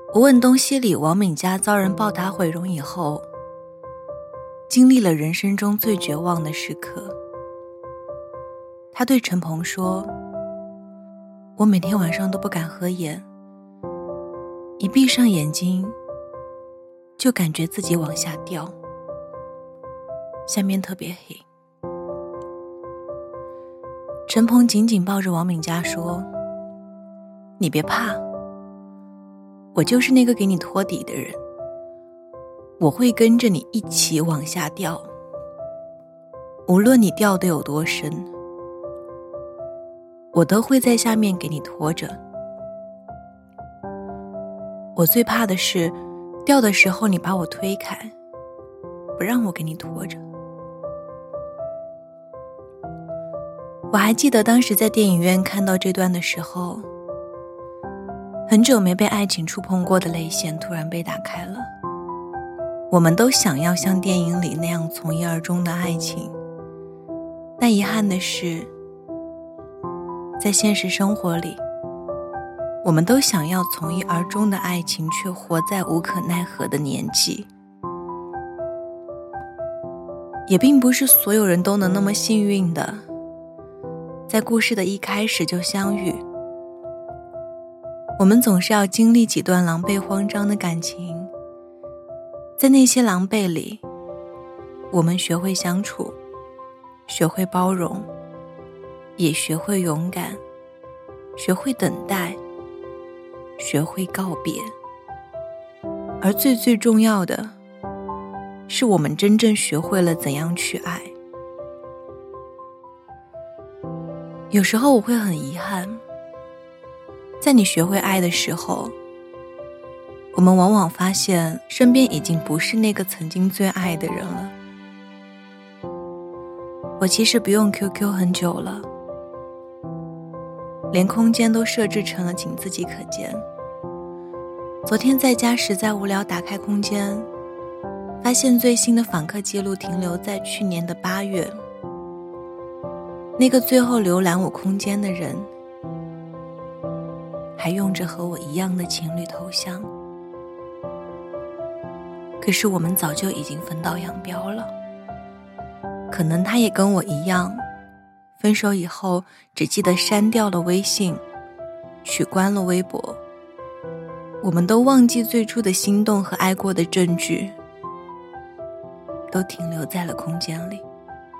无问东西里王敏佳遭人暴打毁容以后，经历了人生中最绝望的时刻。他对陈鹏说，我每天晚上都不敢合眼，一闭上眼睛就感觉自己往下掉，下面特别黑。陈鹏紧紧抱着王敏佳说，你别怕，我就是那个给你托底的人，我会跟着你一起往下掉，无论你掉得有多深，我都会在下面给你拖着。我最怕的是掉的时候你把我推开，不让我给你拖着。我还记得当时在电影院看到这段的时候，很久没被爱情触碰过的泪腺突然被打开了。我们都想要像电影里那样从一而终的爱情，但遗憾的是，在现实生活里，我们都想要从一而终的爱情，却活在无可奈何的年纪。也并不是所有人都能那么幸运的在故事的一开始就相遇，我们总是要经历几段狼狈慌张的感情，在那些狼狈里，我们学会相处，学会包容，也学会勇敢，学会等待，学会告别。而最重要的是，我们真正学会了怎样去爱。有时候我会很遗憾，在你学会爱的时候，我们往往发现身边已经不是那个曾经最爱的人了。我其实不用 QQ 很久了，连空间都设置成了仅自己可见。昨天在家实在无聊，打开空间，发现最新的访客记录停留在去年的8月。那个最后浏览我空间的人，还用着和我一样的情侣头像。可是我们早就已经分道扬镳了。可能他也跟我一样，分手以后只记得删掉了微信，取关了微博。我们都忘记最初的心动和爱过的证据，都停留在了空间里。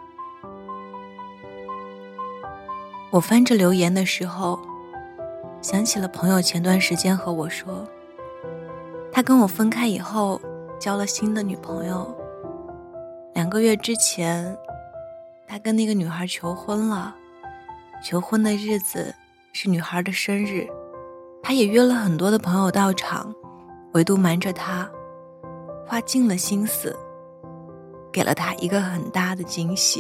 我翻着留言的时候，想起了朋友前段时间和我说，他跟我分开以后交了新的女朋友，2个月之前他跟那个女孩求婚了，求婚的日子是女孩的生日，他也约了很多的朋友到场，唯独瞒着他，花尽了心思，给了他一个很大的惊喜。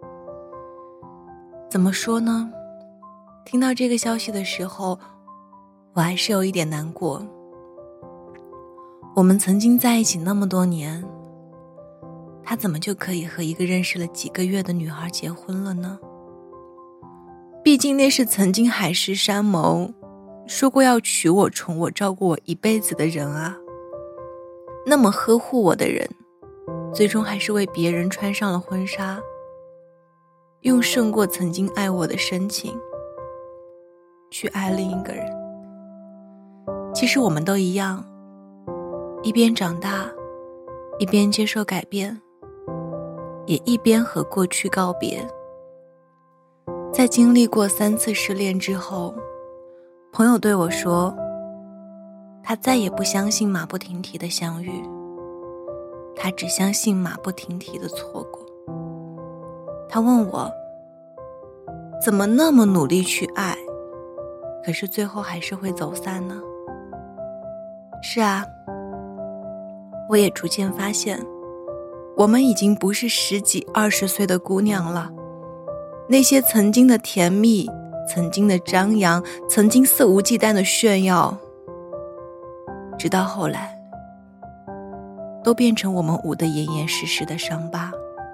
怎么说呢？听到这个消息的时候，我还是有一点难过。我们曾经在一起那么多年，他怎么就可以和一个认识了几个月的女孩结婚了呢？毕竟那是曾经海誓山盟，说过要娶我、宠我、照顾我一辈子的人啊。那么呵护我的人，最终还是为别人穿上了婚纱，用胜过曾经爱我的深情去爱另一个人。其实我们都一样，一边长大，一边接受改变，也一边和过去告别。在经历过3次失恋之后，朋友对我说，他再也不相信马不停蹄的相遇，他只相信马不停蹄的错过。他问我，怎么那么努力去爱，可是最后还是会走散呢？是啊，我也逐渐发现，我们已经不是10几20岁的姑娘了。那些曾经的甜蜜，曾经的张扬，曾经肆无忌惮的炫耀，直到后来都变成我们捂得严严实实的伤疤。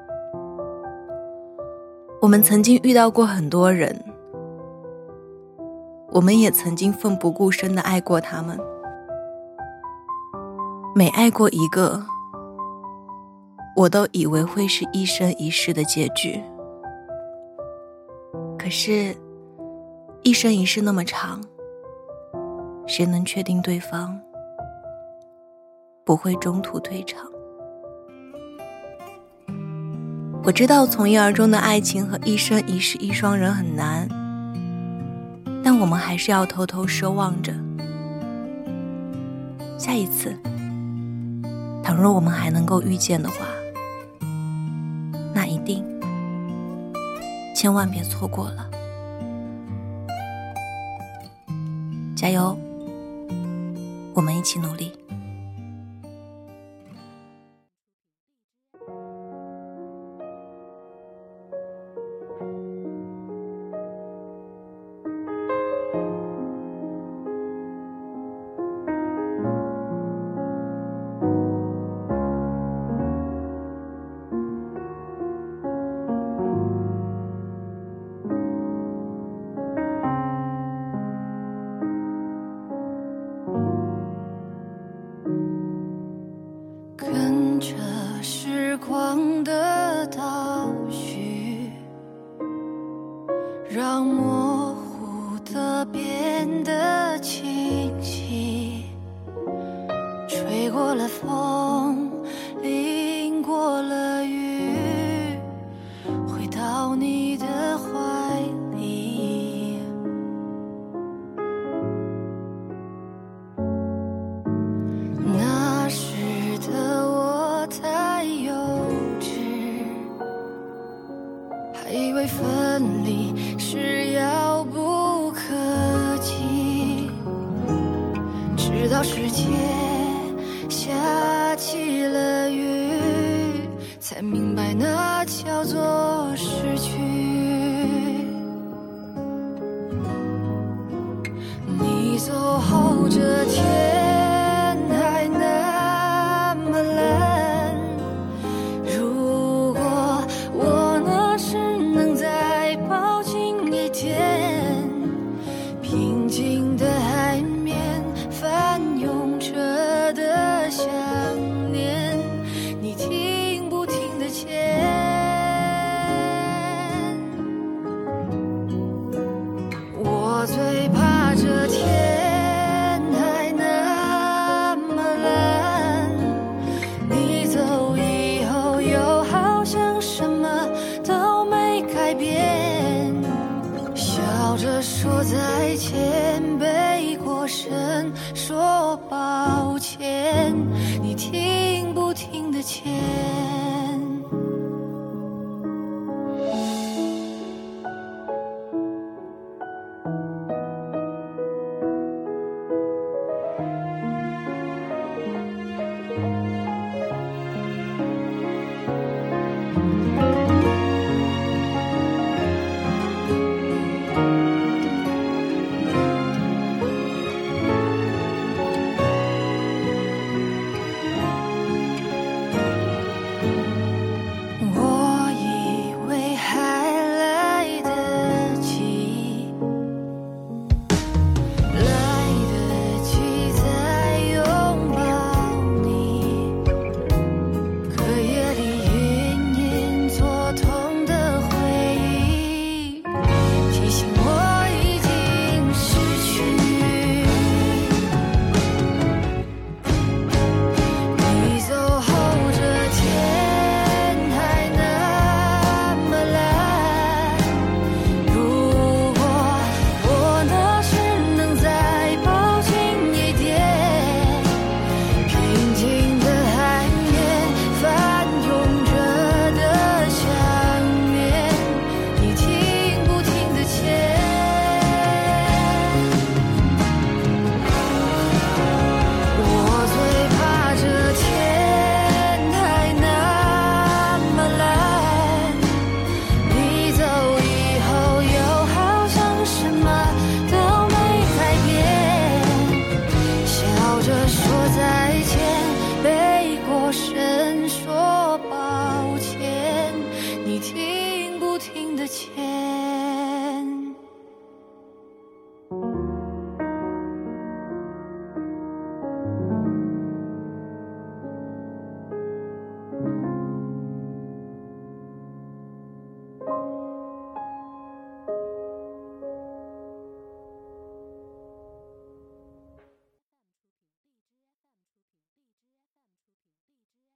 我们曾经遇到过很多人，我们也曾经奋不顾身地爱过他们， 每爱过一个，我都以为会是一生一世的结局。可是，一生一世那么长，谁能确定对方不会中途退场？我知道从一而终的爱情和一生一世一双人很难，但我们还是要偷偷奢望着，下一次，倘若我们还能够遇见的话，那一定千万别错过了。加油，我们一起努力。 跟着时光的倒叙，让模糊的变得清晰，吹过了风，淋过了雨，回到你的怀里。那时的我太幼稚，还以为分离是遥不可及，直到世界下起了雨，才明白那叫做失去。你走后，这天还那么蓝，如果我那时能再抱紧一点，平静的海面，翻涌着的想念，你听不听得见？我最怕这天还那么蓝，你走以后又好像什么都没改变，笑着说再见，背过身说抱歉，你听不听得见？